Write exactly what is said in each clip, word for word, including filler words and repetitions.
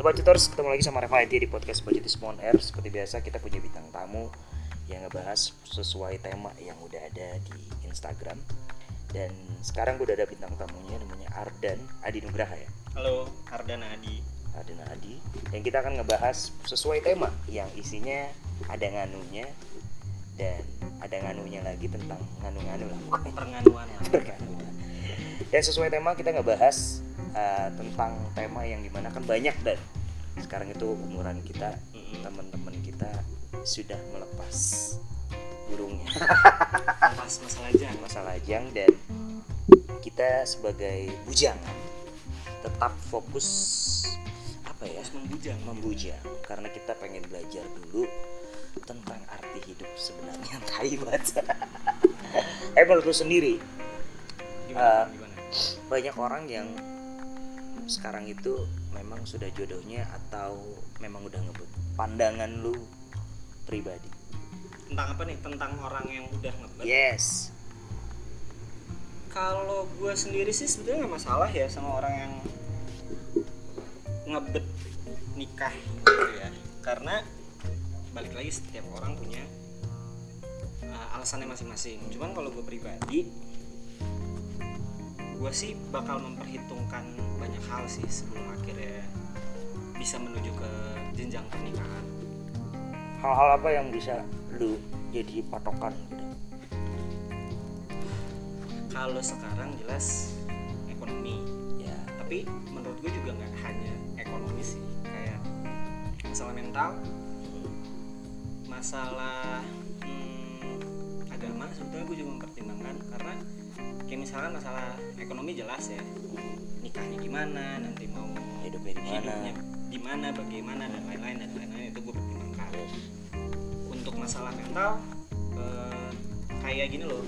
Bacoters, ketemu lagi sama Revaiti di podcast Bacotis on Air. Seperti biasa kita punya bintang tamu yang ngebahas sesuai tema yang udah ada di Instagram. Dan sekarang gue udah ada bintang tamunya namanya Ardan Adi Nugraha ya. Halo, Ardan Adi. Ardan Adi. Dan kita akan ngebahas sesuai tema yang isinya ada nganunya dan ada nganunya lagi tentang nganu-nganu lah. Pernganuan. Pernganuan. Dan sesuai tema kita ngebahas uh, tentang tema yang dimana kan banyak dan sekarang itu umuran kita, mm-hmm. teman-teman kita sudah melepas burungnya. Melepas masalah jang. Masalah jang dan kita sebagai bujangan tetap fokus apa ya? Fokus membujang. Membujang karena kita pengen belajar dulu tentang arti hidup sebenarnya. Tai banget. Eh menurut lu sendiri Gimana, uh, gimana? banyak orang yang sekarang itu memang sudah jodohnya atau memang udah ngebut. Pandangan lu pribadi Tentang apa nih? Tentang orang yang udah ngebet. yes. Kalau gue sendiri sih sebetulnya nggak masalah ya sama orang yang ngebet nikah gitu ya. Karena balik lagi setiap orang punya uh, alasannya masing-masing. Cuman kalau gue pribadi, gue sih bakal memperhitungkan banyak hal sih sebelum akhirnya bisa menuju ke jenjang pernikahan. Hal-hal apa yang bisa lu jadi patokan gitu? Kalau sekarang jelas ekonomi Ya, tapi menurut gue juga nggak hanya ekonomi sih, kayak masalah mental, masalah hmm, agama sebetulnya gue juga mempertimbangkan. Karena kayak misalkan masalah ekonomi jelas ya, nikahnya gimana, nanti mau hidupnya di mana? hidupnya di mana, bagaimana dan lain-lain dan lain-lain itu gue pertimbangkan. Untuk masalah mental eh, kayak gini loh,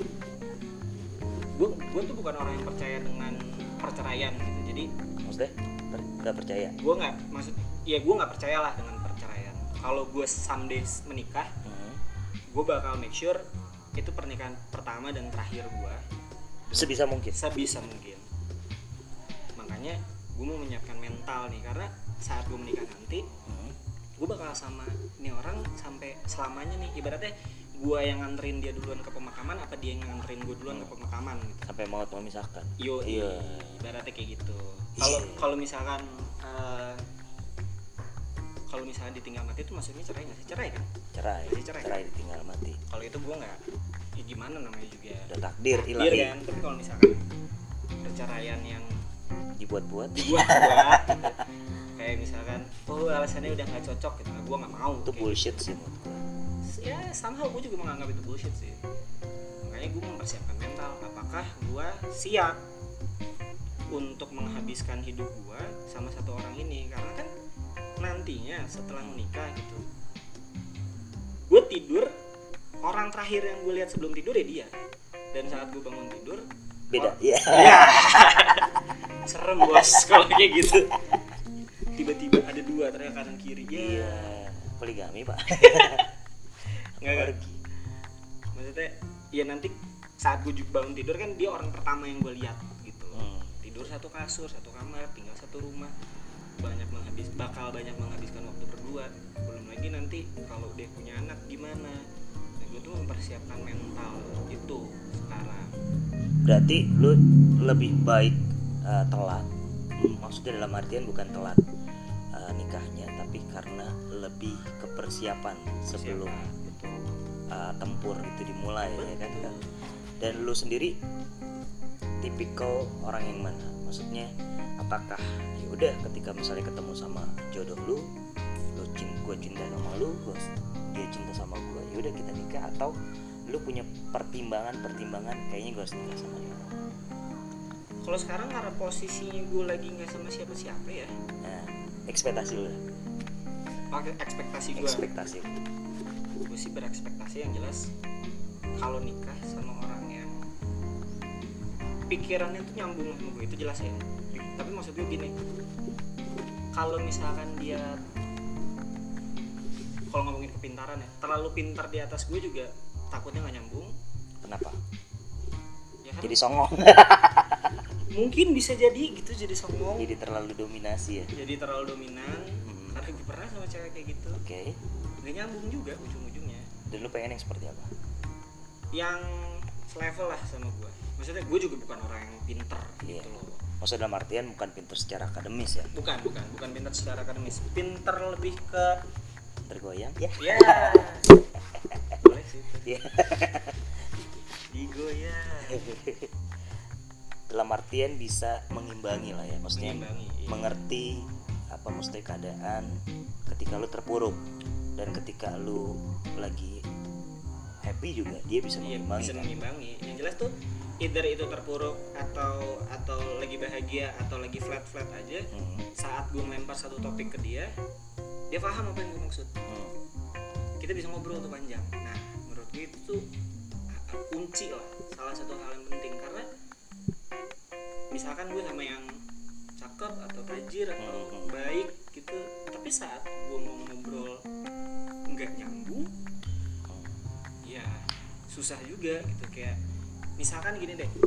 gue gue tuh bukan orang yang percaya dengan perceraian gitu. Jadi Maksudnya nggak percaya? gue nggak maksud ya gue nggak percaya lah dengan perceraian. Kalau gue someday menikah, Hmm. gue bakal make sure itu pernikahan pertama dan terakhir gue Sebisa mungkin. sebisa mungkin. Makanya gue mau menyiapkan mental nih, karena saat gue menikah nanti Hmm. gue bakal sama nih orang sampai selamanya nih. Ibaratnya gue yang nganterin dia duluan ke pemakaman apa dia yang nganterin gue duluan ke pemakaman gitu. Sampai maut memisahkan. Yo, Iya. ibaratnya kayak gitu. Kalau Iya. kalau misalkan uh, kalau misalkan ditinggal mati itu maksudnya cerai nggak sih? Cerai kan? Cerai. Masih cerai. Cerai ditinggal mati. Kalau itu gue nggak, ya gimana namanya juga. Udah takdir Takdir ilahi. kan. Tapi kalau misalkan perceraian yang Dibuat-buat. dibuat-buat gitu, kayak misalkan, oh alasannya udah nggak cocok gitu, nah, gue nggak mau. Itu kayak bullshit sih menurut gue. gitu. Ya somehow gue juga menganggap itu bullshit sih. Makanya gue mempersiapkan mental, apakah gue siap untuk menghabiskan hidup gue sama satu orang ini. Karena kan nantinya setelah menikah gitu, gue tidur, orang terakhir yang gue lihat sebelum tidur ya dia. Dan saat gue bangun tidur Beda. oh, Iya. ya. Serem bos kalau kayak gitu. Tiba-tiba ada dua ternyata kanan kiri. Iya. Poligami, Pak. Nggak nggak. Pergi. Maksudnya ya nanti saat gue bangun tidur kan dia orang pertama yang gue lihat gitu. Hmm. Tidur satu kasur, satu kamar, tinggal satu rumah, banyak menghabis bakal banyak menghabiskan waktu berdua. Belum lagi nanti kalau dia punya anak gimana. Nah, gue tuh mempersiapkan mental itu sekarang. Berarti lu lebih baik uh, telat. Maksudnya dalam artian bukan telat uh, nikahnya, tapi karena lebih ke persiapan sebelum uh, tempur itu dimulai ya kan. Dan lu sendiri tipikal orang yang mana? Maksudnya apakah ya udah ketika misalnya ketemu sama jodoh lu, lu cinta, gue cinta sama lu, gua, dia cinta sama gue, ya udah kita nikah, atau lu punya pertimbangan-pertimbangan kayaknya gue harus nikah sama dia? Kalau sekarang karena posisinya gue lagi nggak sama siapa-siapa ya. Nah, ekspektasi lu lah. Pakai ekspektasi gue. Ekspektasi. Gue sih berekspektasi yang jelas kalau nikah sama orang yang pikirannya tuh nyambung sama gue, itu jelas ya. Tapi maksud gue gini, kalau misalkan dia, kalau ngomongin kepintaran ya, terlalu pintar di atas gue juga takutnya nggak nyambung. Kenapa? Ya kan? Jadi songong. mungkin bisa jadi gitu, jadi songong, jadi terlalu dominasi ya, jadi terlalu dominan. hmm. Karena gue pernah sama cewek kayak gitu. Oke. Okay. Gak nyambung juga ujung-ujungnya. Dan lu pengen yang seperti apa? Yang selevel lah sama gue. Maksudnya gue juga bukan orang yang pinter yeah. gitu loh. Maksudnya dalam artian bukan pinter secara akademis ya? Bukan, bukan, bukan pinter secara akademis. Pinter lebih ke tergoyang ya? Ya. Yeah. Boleh sih. Iya. Digoyang. Dalam artian bisa mengimbangi lah ya, maksudnya iya. mengerti apa maksudnya keadaan ketika lu terpuruk dan ketika lu lagi happy juga dia bisa iya, mengimbangi. Bisa kan? mengimbangi. Yang jelas tuh either itu terpuruk atau atau lagi bahagia atau lagi flat-flat aja. Hmm. Saat gue melempar satu topik ke dia, dia paham apa yang gue maksud. Hmm. Kita bisa ngobrol tuh panjang. Nah, menurut gue itu tuh kunci lah, salah satu hal yang penting. Karena misalkan gue sama yang cakep atau tajir atau hmm. baik gitu, tapi saat gue mau ngobrol nggak nyambung, ya susah juga gitu. Kayak misalkan gini deh,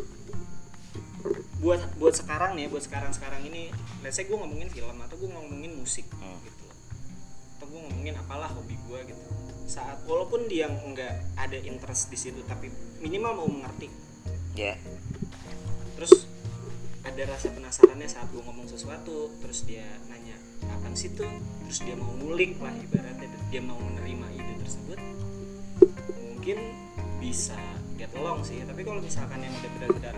buat buat sekarang nih, buat sekarang sekarang ini, let's say gue ngomongin film atau gue ngomongin musik hmm. gitu, atau gue ngomongin apalah hobi gue gitu. Saat walaupun dia nggak ada interest di situ, tapi minimal mau mengerti. Ya. Yeah. Terus ada rasa penasarannya saat gue ngomong sesuatu, terus dia nanya apaan sih tuh, terus dia mau ngulik lah ibaratnya, dia mau menerima ide tersebut, mungkin bisa get along sih. Tapi kalau misalkan yang udah benar-benar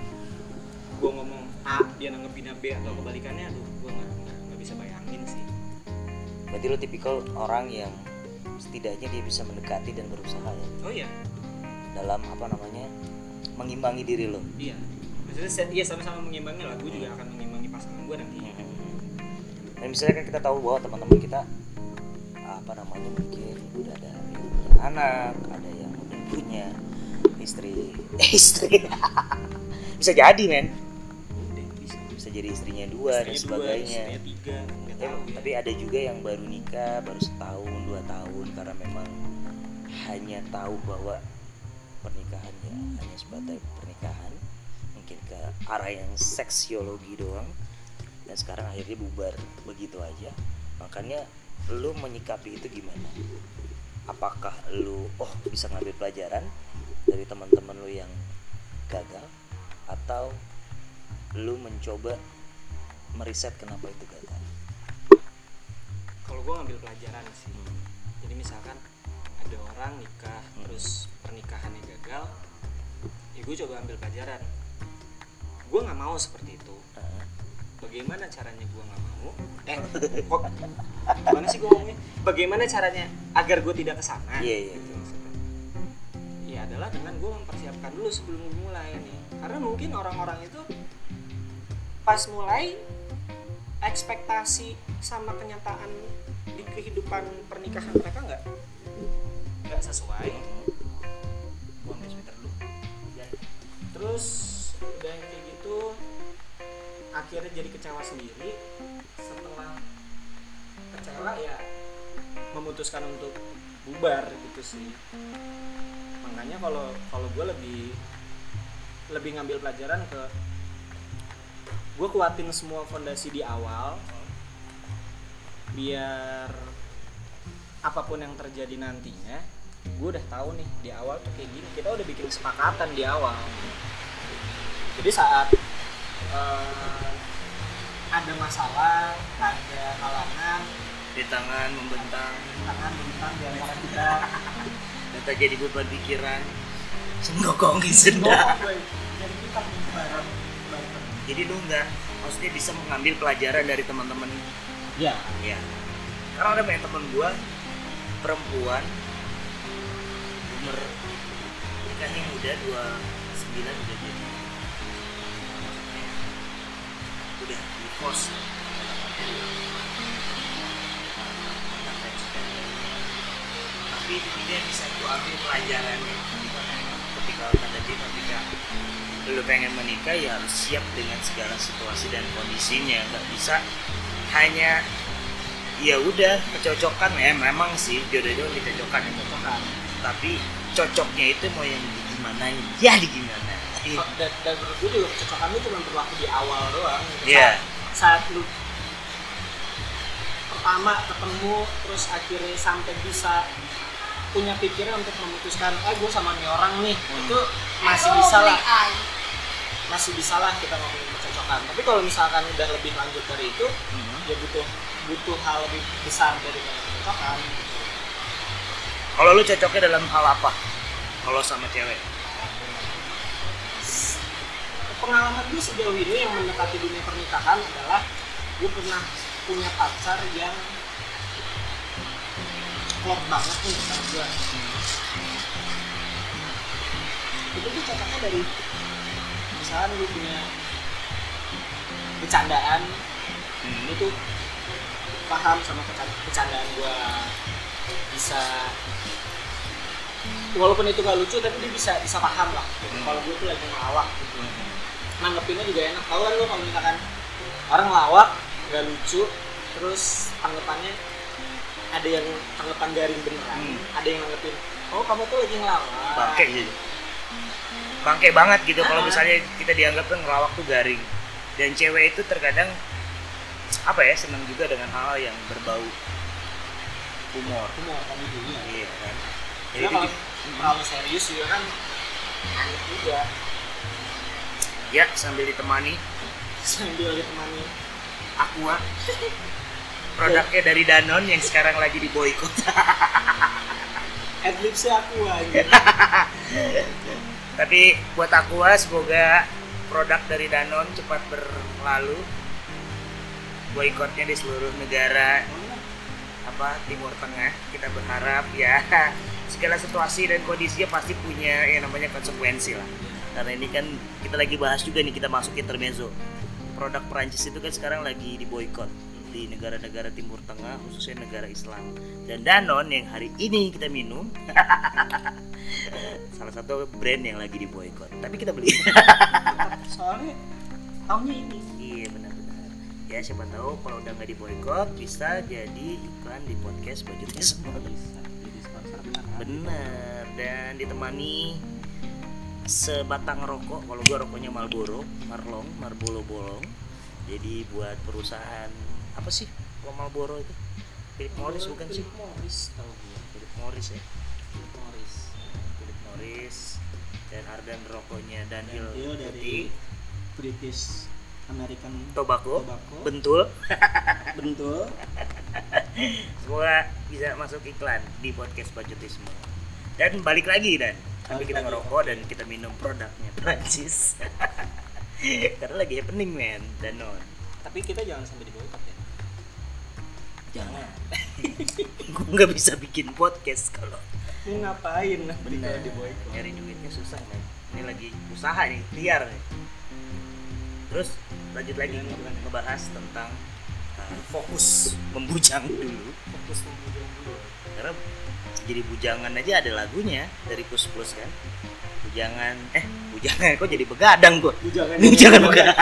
gue ngomong A, dia nanggepin B atau kebalikannya, aduh gue nggak nggak bisa bayangin sih. Berarti lo tipikal orang yang setidaknya dia bisa mendekati dan berusaha ya? Oh iya. Dalam apa namanya, mengimbangi diri lo. Iya. Maksudnya iya sama-sama mengimbangi lah. Gue juga akan mengimbangi pasangan gue nanti. Hmm. Dan misalnya kan kita tahu bahwa teman-teman kita apa namanya mungkin udah ada yang punya anak, ada yang udah punya istri, istri. Bisa jadi men. Bisa, bisa jadi istrinya dua istrinya dan sebagainya. Dua, istrinya tiga. Ya, tapi ada juga yang baru nikah baru setahun dua tahun karena memang hanya tahu bahwa pernikahan ya hanya sebatas pernikahan, mungkin ke arah yang seksiologi doang, dan sekarang akhirnya bubar begitu aja. Makanya lu menyikapi itu gimana? Apakah lu oh bisa ngambil pelajaran dari teman-teman lu yang gagal, atau lu mencoba meriset kenapa itu gagal? Kalau gue ngambil pelajaran sih. hmm. Jadi misalkan ada orang nikah hmm. terus pernikahannya gagal, ya gue coba ambil pelajaran. Gue nggak mau seperti itu. uh. Bagaimana caranya gue nggak mau? Eh, kok gimana sih gue ngomongnya? Bagaimana caranya agar gue tidak kesana? Iya yeah, iya. Gitu, ya adalah dengan gue mempersiapkan dulu sebelum mulai nih. Karena mungkin orang-orang itu pas mulai ekspektasi sama kenyataan di kehidupan pernikahan mereka nggak nggak sesuai. Gua ambil sweater dulu. Terus udah kayak gitu akhirnya jadi kecewa sendiri. Setelah kecewa ya memutuskan untuk bubar gitu sih. Makanya kalau kalau gue lebih lebih ngambil pelajaran ke gue kuatin semua fondasi di awal biar apapun yang terjadi nantinya gue udah tahu nih di awal tuh kayak gini, kita udah bikin kesepakatan di awal. Jadi saat uh, ada masalah, ada halangan di tangan membentang, tangan membentang di antara kita, dan terjadi beban pikiran, senggokongin sedap. Jadi kita bareng. Jadi lu nggak, maksudnya bisa mengambil pelajaran dari teman-teman. Ya. Ya. Karena ada banyak teman gua perempuan umur nikahnya muda dua puluh sembilan udah jadi, maksudnya udah di pos. Tapi dia bisa gua ambil pelajarannya. Ketika tanda dia ketika lu pengen menikah ya harus siap dengan segala situasi dan kondisinya, nggak bisa hanya ya udah kecocokan. Ya memang sih jodoh-jodoh dicocokkan ya, cocokkan, tapi cocoknya itu mau yang gimana ya di gimana. Iya. dan, dan menurut gue juga kecocokan itu cuma berlaku di awal doang gitu. Iya. saat, saat lu pertama ketemu terus akhirnya sampai bisa punya pikiran untuk memutuskan ah gue sama nih orang nih hmm. itu masih bisa lah masih bisa lah kita ngomongin kecocokan. Tapi kalau misalkan udah lebih lanjut dari itu hmm. ya butuh butuh hal lebih besar dari kecocokan gitu. Kalau lu cocoknya dalam hal apa kalau sama cewek? Pengalaman gue sejauh ini yang mendekati dunia pernikahan adalah gue pernah punya pacar yang klop banget nih sama gue. Itu tuh cocoknya dari misalnya gue punya bercandaan, hmm. itu paham sama bercandaan gue, bisa walaupun itu gak lucu tapi dia bisa bisa paham lah. Hmm. Kalau gue tuh lagi ngelawak gitu, hmm. nanggepinnya juga enak. Tahu kan lo kalau misalkan orang ngelawak gak lucu, terus tanggapannya ada yang tanggapan garing beneran, hmm. ada yang nanggepin, oh kamu tuh lagi ngelawak. Bangke gitu. Bangke banget gitu kalau misalnya kita dianggap kan ngelawak tuh garing. Dan cewek itu terkadang apa ya, senang juga dengan hal yang berbau humor. Humor kan itu ya. Iya kan. Jadi ya, kalau terlalu serius juga kan aneh juga. Ya, sambil ditemani sambil ditemani Aqua. Produknya dari Danone yang sekarang lagi di boykot. Adlibsnya Aqua gitu. Tapi buat Aqua semoga produk dari Danone cepat berlalu. Boykotnya di seluruh negara apa Timur Tengah. Kita berharap ya segala situasi dan kondisinya pasti punya yang namanya konsekuensi lah. Karena ini kan kita lagi bahas juga nih, kita masuk intermezzo. Produk Perancis itu kan sekarang lagi diboykot di negara-negara Timur Tengah, khususnya negara Islam. Dan Danone yang hari ini kita minum salah satu brand yang lagi diboykot. Tapi kita beli. Soalnya tahunnya ini. Iya benar-benar. Ya siapa tahu kalau udah nggak diboykot bisa jadi iklan di podcast Budgetnya Semua. Bisa jadi sponsor benar. Benar. Dan ditemani sebatang rokok. Kalau gua rokoknya Marlboro, Marlong, Marlboro bolong. Jadi buat perusahaan apa sih? Kalau Marlboro itu? Philip Morris bukan sih? Philip Morris tahu gua. Philip Morris ya. Philip Morris. Philip Morris dan Ardan rokoknya Dunhill dari British American Tobacco. Tobacco. Bentul. Bentul. Gua bisa masuk iklan di podcast Budgetisme. Dan balik lagi dan tapi kita ngerokok dan kita minum produknya Prancis. Karena lagi happening men, Danone. Tapi kita jangan sampai diboykot ya. Jangan. Gue nggak bisa bikin podcast kalau mau ngapain nanti kalau diboykot. Nyari duitnya susah men. Ini lagi usaha nih, liar nih. Terus lanjut lagi ya, nge- ngebahas tentang uh, fokus membujang dulu. Fokus membujang dulu. Karena jadi bujangan aja ada lagunya dari Plus Plus kan. Bujangan eh bujangan kok jadi begadang gua. Bujangan. Bujangan begadang.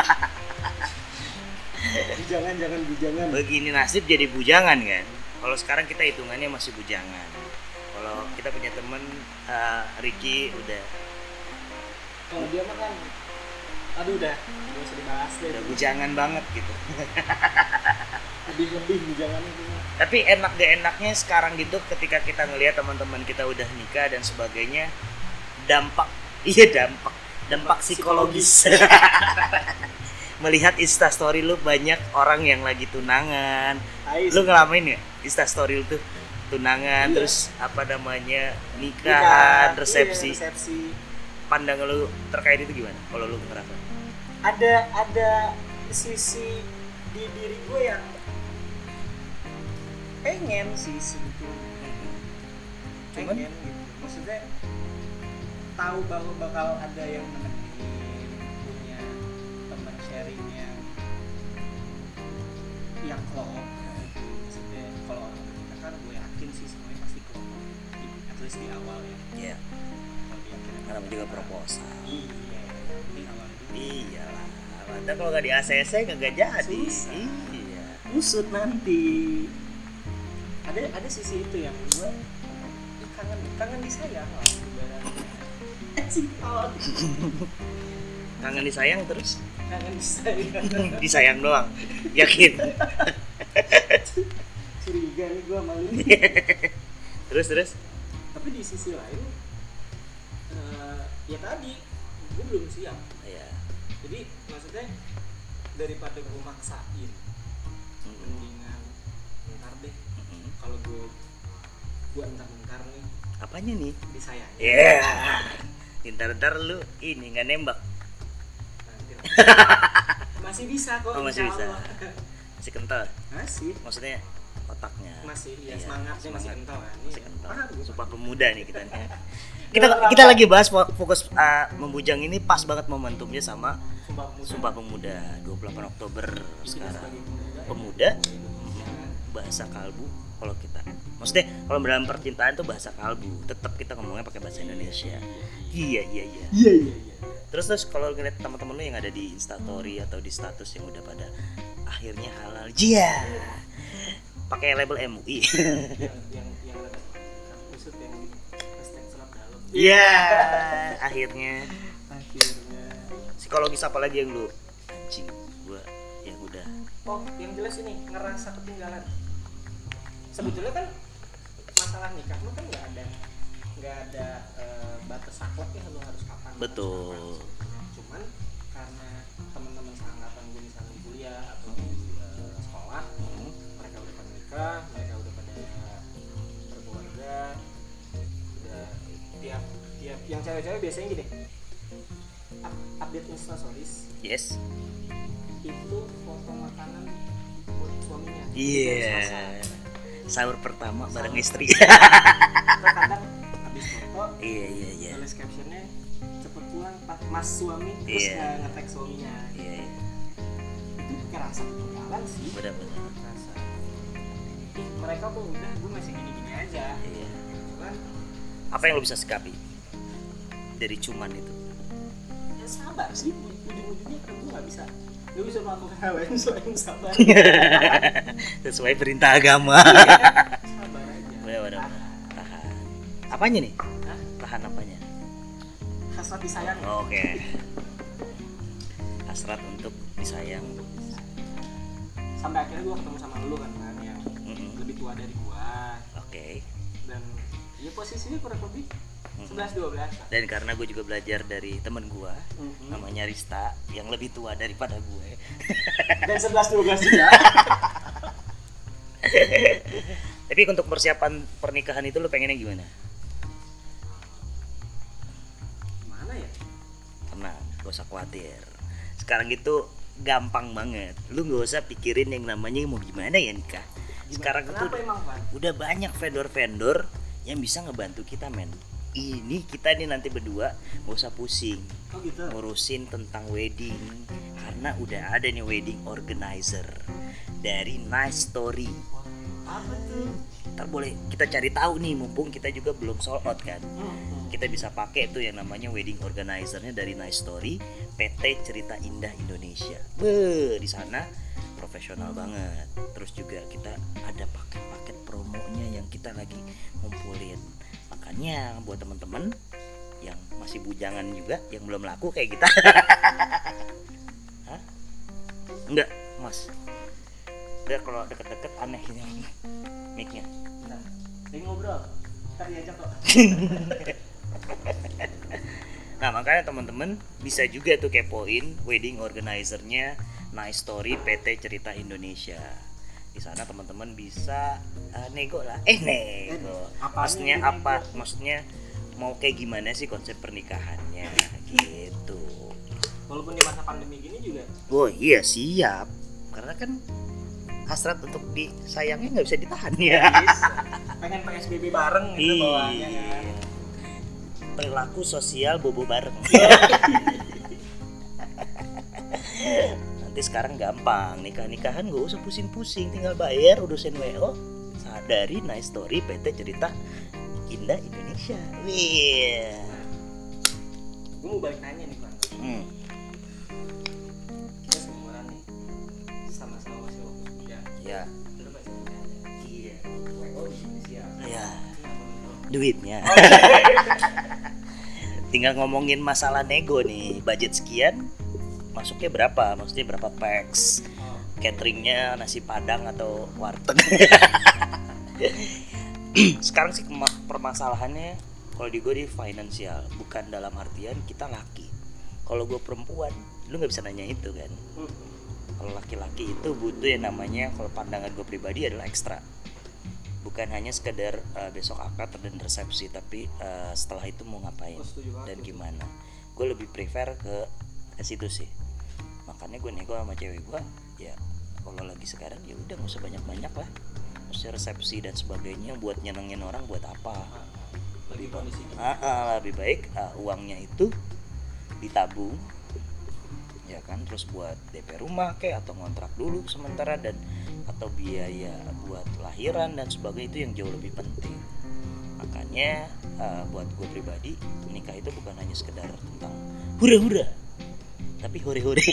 Bujangan jangan bujangan. Begini nasib jadi bujangan kan. Kalau sekarang kita hitungannya masih bujangan. Kalau kita punya temen uh, Ricky udah. Kalau dia mah kan aduh udah enggak usah dibahas deh. Udah bujangan banget gitu. Lebih-lebih bujangan itu. Tapi enak gak enaknya sekarang gitu ketika kita ngelihat teman-teman kita udah nikah dan sebagainya, dampak iya dampak dampak psikologis. Melihat instastory lu banyak orang yang lagi tunangan. Lu ngalamin ya instastory lu tuh tunangan, iya. Terus apa namanya nikahan, resepsi. Iya, resepsi. Pandangan lu terkait itu gimana? Kalau lu ngerasa? Ada ada sisi di diri gue yang pengen sih sebetulnya, pengen gitu, maksudnya tahu bahwa bakal ada yang menemenin, punya teman sharing yang yang klop, maksudnya kalau orang kita kan gue yakin sih semuanya pasti klop, at least di awal ya. Iya. Yeah. Karena juga proposal. Iya. Di awal itu. Iyalah. Mantap kalau nggak di A C C nggak jadi. Susah. Iya. Usut nanti. ada ada sisi itu yang gue kangen kangen disayang lah ibaratnya. Kangen disayang terus? Kangen disayang. Disayang doang. Yakin? Curiga nih gue malu. Terus terus? Tapi di sisi lain, uh, ya tadi gue belum siap. Iya. Jadi maksudnya daripada gue maksain, Mm-mm. mendingan ntar deh. Mm-mm. Kalau gue gue entar-entar nih Apanya nih? disayang. Iya. Ntar-ntar lu ini nggak nembak. Nanti lah. Masih bisa kok. Oh, masih insya bisa. Allah. Masih kental. Masih. Maksudnya otaknya. Masih ya Iya, semangatnya masih semangat. kental kan. Masih kental. Ah, gua- Sumpah pemuda nih kita nih. Kita kita lagi bahas fo- fokus uh, membujang ini pas banget momentumnya sama Sumpah pemuda. Sumpah Pemuda dua puluh delapan Oktober Kita sekarang. sebagai pemuda, Pemuda Indonesia. bahasa kalbu kalau kita. Maksudnya kalau dalam percintaan tuh bahasa kalbu, tetap kita ngomongnya pakai bahasa Indonesia. Iya iya iya. Iya iya iya. Terus terus kalau ngeliat teman-teman lu yang ada di Instastory atau di status yang udah pada akhirnya halal. Iya. Pakai label M U I. yang yang yang ada kusut yang di hashtag selap dalam. Iya, akhirnya Akhirnya. psikologis apa lagi yang lu anjing gua yang udah Oh, yang jelas ini ngerasa ketinggalan. Sebetulnya kan masalah nikah lu kan nggak ada nggak ada eh, batas saklek ya lu harus kapan. Betul. harus kapan. Cuman karena teman-teman seangkatan gue misalnya di kuliah atau di eh, sekolah, Hmm. mereka udah pada nikah, mereka udah pada berkeluarga, udah tiap tiap yang cewek-cewek biasanya gini, up- update instastories Yes. itu foto makanan buat suaminya. Iya. Terus masak. Sahur pertama bareng istri. Atau kadang habis foto Iya iya iya. tulis captionnya cepet pulang pak mas suami, terus Iya. nggak nge-tag suaminya. Iya iya. Itu kerasa ketinggalan sih. Benar-benar. Kerasa. Ih, mereka kok udah, gue masih gini-gini aja. Iya. Cuman Apa yang lo bisa sikapi dari cuman itu? ya sabar sih, ujung-ujungnya kan gue nggak bisa nggak bisa melakukan hal lain selain sabar. Sesuai perintah agama. Sabar aja. Benar-benar. Tahan. Apanya nih? Hah? Tahan apanya? Hasrat disayang. Oke. Hasrat untuk disayang. Sampai akhirnya gue ketemu sama lu kan kan yang Mm-mm. lebih tua dari gue, Oke. dan ya posisinya kurang lebih Mm-mm. sebelas dua belas. Dan karena gue juga belajar dari temen gue, namanya Rista, yang lebih tua daripada gue. Dan sebelas dua belas juga. Tapi untuk persiapan pernikahan itu lo pengennya gimana? Gimana ya? Tenang, gak usah khawatir. Sekarang itu gampang banget. Lu gak usah pikirin yang namanya mau gimana ya nikah. Sekarang itu Kenapa emang Van? udah banyak vendor-vendor yang bisa ngebantu kita, men. Ini kita nih nanti berdua gak usah pusing Oh gitu. ngurusin tentang wedding, karena udah ada nih wedding organizer dari Nice Story. Apa tuh? Ntar boleh kita cari tahu nih, mumpung kita juga belum sold out kan. Hmm. Kita bisa pakai tuh yang namanya wedding organizernya dari Nice Story, P T Cerita Indah Indonesia. Be, di sana profesional banget. Terus juga kita ada paket-paket promonya yang kita lagi ngumpulin. Makanya buat teman-teman yang masih bujangan juga, yang belum laku kayak kita. Hah? Enggak, Mas. Enggak, kalau deket-deket aneh ini mic-nya. Nah, lagi ngobrol. Ntar diajak kok. Nah, makanya teman-teman bisa juga tuh kepoin wedding organizernya Nice Story P T Cerita Indonesia. Di sana teman-teman bisa uh, nego lah. Eh nego. Apanya Maksudnya nego? apa? Maksudnya mau kayak gimana sih konsep pernikahannya gitu. Walaupun di masa pandemi gini juga. Oh iya siap. Karena kan hasrat untuk disayangnya nggak bisa ditahan ya. Bisa. Pengen P S B B bareng gitu bawaannya kan. Iya. Perilaku sosial bobo bareng. Nanti sekarang gampang, nikah-nikahan gak usah pusing-pusing, tinggal bayar urusin W O dari Nice Story P T Cerita Indah Indonesia. Wih. Gue mau balik nanya nih Bang. Hmm. Kita seumuran nih, sama-sama masih waktu kuliah. Ya. Lu masih muda. Iya. W O di Indonesia. Ya. Kenapa lu? Duitnya. tinggal ngomongin masalah nego nih, budget sekian masuknya berapa, maksudnya berapa packs, cateringnya nasi padang atau warteg. Sekarang sih permasalahannya kalau di gue di finansial, bukan dalam artian kita laki. Kalau gue perempuan, lu nggak bisa nanya itu kan. Kalau laki-laki itu butuh yang namanya, kalau pandangan gue pribadi adalah ekstra. Bukan hanya sekedar uh, besok akad dan resepsi, tapi uh, setelah itu mau ngapain dan gimana. Gue lebih prefer ke ke situ sih. Makanya gue nego sama cewek gue, ya kalau lagi sekarang ya udah nggak usah banyak-banyak lah. Mesti resepsi dan sebagainya buat nyenengin orang buat apa? Lebih kondisi. Ah, ah, lebih baik uh, uangnya itu ditabung, ya kan, terus buat D P rumah kayak atau ngontrak dulu sementara, dan atau biaya buat lahiran dan sebagainya, itu yang jauh lebih penting. Makanya uh, buat gue pribadi, menikah itu bukan hanya sekedar tentang hura-hura, tapi hore-hore.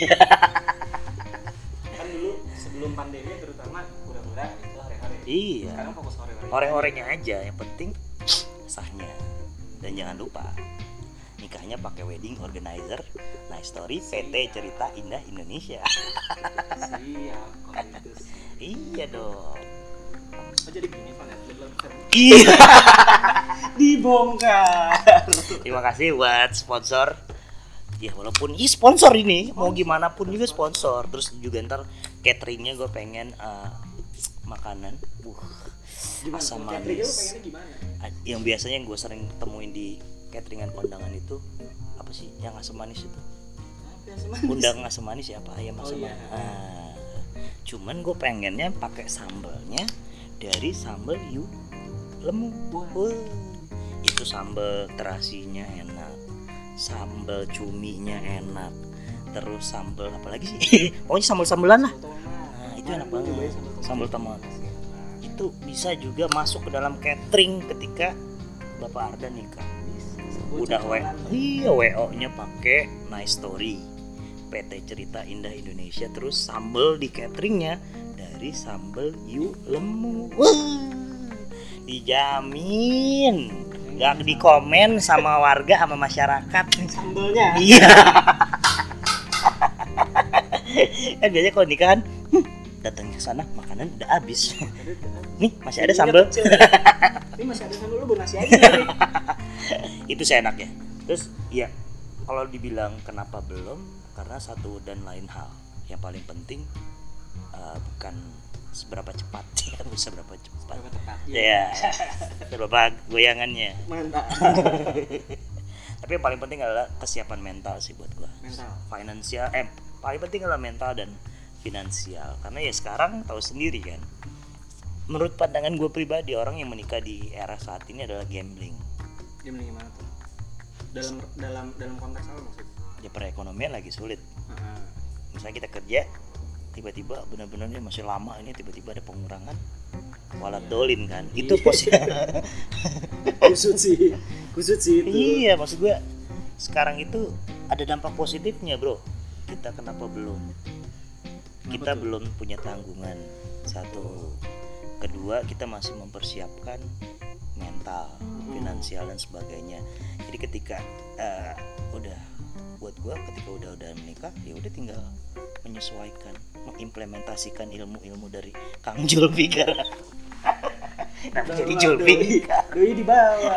Kan dulu sebelum pandemi terutama hura-hura itu hore-hore. Iya. Sekarang fokus hore-hore. Hore-horenya aja, yang penting sahnya. Dan jangan lupa nikahnya pakai wedding organizer Nice Story P T Cerita Indah Indonesia. Siap, kalau itu sih. Iya dong. Oh jadi gini Van, belum Iya. dibongkar. Terima kasih buat sponsor. Ya walaupun ini sponsor ini, mau gimana pun juga sponsor. Terus juga ntar cateringnya gue pengen uh, makanan, uh, asam Cateringnya lu manis. pengennya gimana? Yang biasanya yang gue sering temuin di cateringan kondangan itu apa sih? Yang asam manis itu. Apa asam manis? Undang asam manis ya, apa ayam asam Oh, iya. manis. Nah, cuman gue pengennya pakai sambalnya dari sambal yu lemu. Wah, itu sambal terasinya enak, sambal cuminya enak, terus sambal apa lagi sih? Pokoknya sambal-sambalan lah. Nah, itu enak banget. Sambal tomat. Itu bisa juga masuk ke dalam catering ketika Bapak Ardan nikah. Udah W, iya W O-nya pakai Nice Story P T Cerita Indah Indonesia, terus sambal di cateringnya dari sambal yu lemu. Wah, dijamin gak di komen sama warga sama masyarakat Sambelnya. iya. Kan biasanya kalau nikahan hmm, datang ke sana makanan udah habis. Nih masih ada sambal. Ini masih ada sambal, lu bawa nasi aja nih. Itu saya enak ya. Terus ya kalau dibilang kenapa belum, karena satu dan lain hal. Yang paling penting uh, bukan seberapa cepat, ya bisa berapa cepat. Berapa tepat? Ya, seberapa goyangannya. Mantap. Tapi yang paling penting adalah kesiapan mental sih buat gua. Mental. Finansial, eh paling penting adalah mental dan finansial. Karena ya sekarang tahu sendiri kan. Menurut pandangan gue pribadi, orang yang menikah di era saat ini adalah gambling. Gambling gimana tuh? Dalam dalam dalam konteks apa maksud? Ya perekonomian lagi sulit. Uh, Misalnya kita kerja, tiba-tiba benar-benar ini masih lama ini tiba-tiba ada pengurangan. Walat dolin kan. Itu posisi. kusut sih. Kusut sih itu. Iya, maksud gue sekarang itu ada dampak positifnya, Bro. Kita kenapa belum? Kita belum punya tanggungan. Satu. Kedua, kita masih mempersiapkan mental, finansial dan sebagainya. Jadi ketika uh, udah buat gua ketika udah udah menikah, ya udah tinggal menyesuaikan, mengimplementasikan ilmu-ilmu dari Kang Julfikar. Nah, jadi Julfikar. Doi di bawah.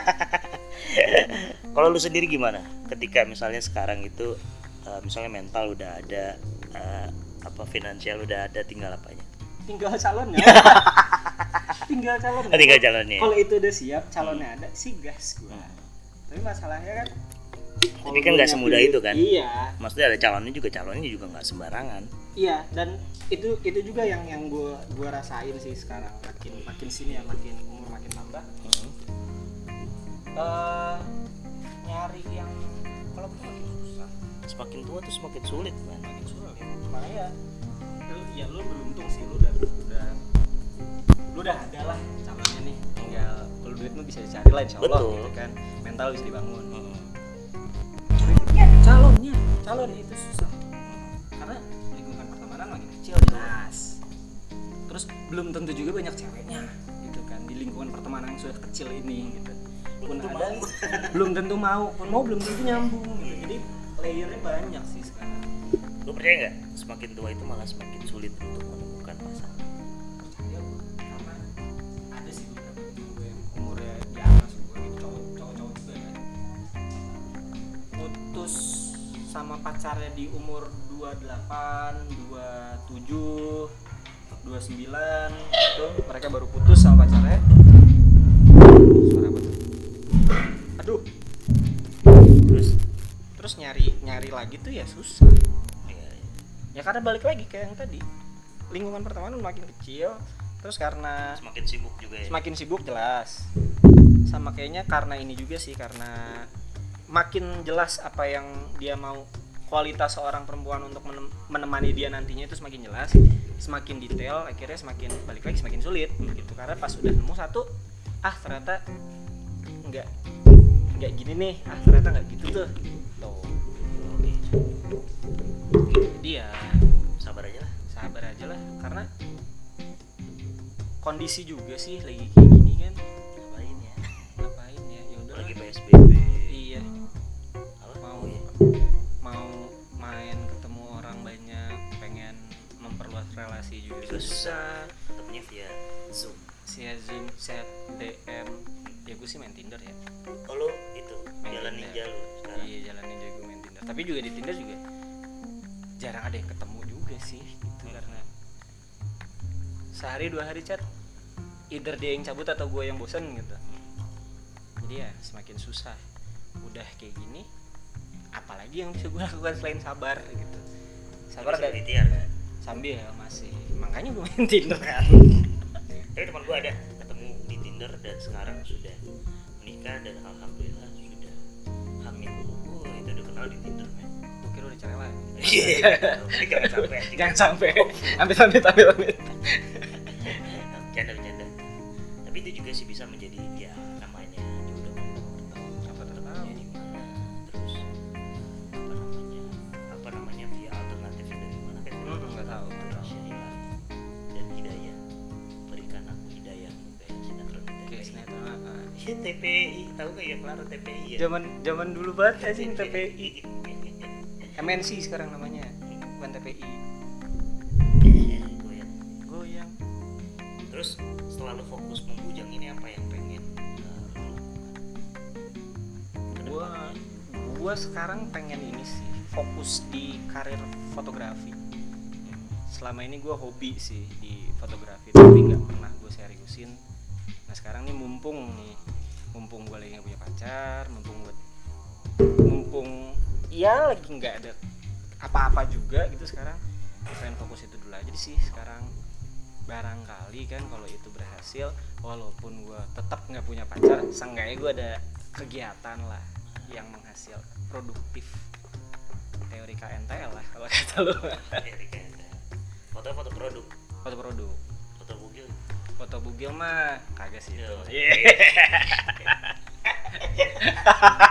Kalau lu sendiri gimana? Ketika misalnya sekarang itu uh, misalnya mental udah ada, uh, apa finansial udah ada, tinggal apanya? Tinggal calonnya. Tinggal calonnya. Tinggal calonnya. Kalau itu udah siap, calonnya ada, sih gas gua. Hmm. Tapi masalahnya kan, Tapi kan nggak semudah itu kan? Iya. Maksudnya ada calonnya juga, calonnya juga nggak sembarangan. Iya, dan itu itu juga yang yang gua gua rasain sih sekarang, makin makin sini ya, makin umur makin tambah. Hmm. Uh, nyari yang kalau makin susah, Semakin tua tuh semakin sulit man. makin sulit. Makanya lu, ya lu beruntung sih, lu udah udah lu udah ada lah calonnya nih, tinggal kalau duit lu bisa dicari lah insyaallah. Betul. Gitu kan, mental bisa dibangun. Hmm. calonnya calonnya itu susah karena lingkungan pertemanan makin kecil jelas, terus belum tentu juga banyak ceweknya gitu kan di lingkungan pertemanan yang sudah kecil ini gitu. pun tentu ada mau. belum tentu mau, pun mau belum tentu nyambung gitu. Jadi layernya banyak sih sekarang. Lu percaya nggak semakin tua itu malah semakin sulit untuk menemukan pasangan? Ya, karena ada sih beberapa temen gue yang umurnya di atas gue gitu, cowok cowok juga kan putus sama pacarnya di umur dua puluh delapan, dua puluh tujuh, dua puluh sembilan itu mereka baru putus sama pacarnya. Suara apa tuh? Aduh. Terus Terus nyari nyari lagi tuh ya susah. ya, ya. Ya karena balik lagi kayak yang tadi, lingkungan pertemanan makin kecil, terus karena semakin sibuk juga ya. semakin sibuk jelas, sama kayaknya karena ini juga sih, karena makin jelas apa yang dia mau, kualitas seorang perempuan untuk menem- menemani dia nantinya itu semakin jelas, semakin detail, akhirnya semakin balik lagi semakin sulit gitu. Karena pas udah nemu satu, ah ternyata nggak nggak gini nih, ah ternyata nggak gitu tuh tuh. Oke. Jadi ya Sabar aja lah. sabar aja lah, karena kondisi juga sih lagi kayak gini kan, Ngapain ya? ngapain ya, ya udah Lagi P S B B. iya Apa? mau Oh, iya. mau main ketemu orang banyak, pengen memperluas relasi juga Juga susah, Ketemunya via Zoom. via Zoom, chat, D M. Ya gue sih main Tinder ya. Oh lu itu Main jalan Tinder. ninja lu sekarang. Iya jalanin juga gue main Tinder. Tapi juga di Tinder juga jarang ada yang ketemu juga sih gitu, karena sehari dua hari chat, either dia yang cabut atau gue yang bosen gitu. Jadi ya semakin susah. Udah kayak gini, apalagi yang bisa gue lakukan selain sabar gitu. Sabar Tapi dan sambil ikhtiar kan. sambil masih, makanya gue main Tinder kan. Tapi teman gua ada ketemu di Tinder dan sekarang sudah menikah dan alhamdulillah sudah hamil. Oh itu udah kenal di Tinder men. Gue kira udah cerai lagi. Iya. Tapi jangan sampai. Jangan sampai. Amit amit amit amit. Bercanda bercanda. Tapi itu juga sih bisa menjadi ya namanya jodoh. Apa tahu. Jadi mana terus apa namanya apa namanya via alternatifnya dari mana kan? Hmm, nggak tahu. Syariah dan hidayah. Berikan aku hidayahmu kayak sinetron T P Kayak I. sinetron. ah. Iya T P I tahu nggak ya Claro T P I ya? Zaman zaman dulu banget sih T P I. M N C sekarang namanya, bukan T P I. Goyang. Goyang. Terus setelah lu fokus membujang ini apa yang pengen uh, lu lakukan? Gua gua sekarang pengen ini sih, fokus di karir fotografi. Selama ini gua hobi sih di fotografi, tapi nggak pernah gue seriusin. Nah sekarang nih mumpung nih, mumpung gue lagi nggak punya pacar, mumpung gue, mumpung ya lagi nggak ada apa-apa juga gitu sekarang, pengen fokus itu dulu aja sih sekarang. Barangkali kan kalau itu berhasil, walaupun gue tetap nggak punya pacar, seenggaknya gue ada kegiatan lah yang menghasil, produktif, teori K N T L lah kalau kata lu. Foto-foto produk, Foto produk, foto bugil. foto bugil mah kagak sih itu. Yo. Yeah.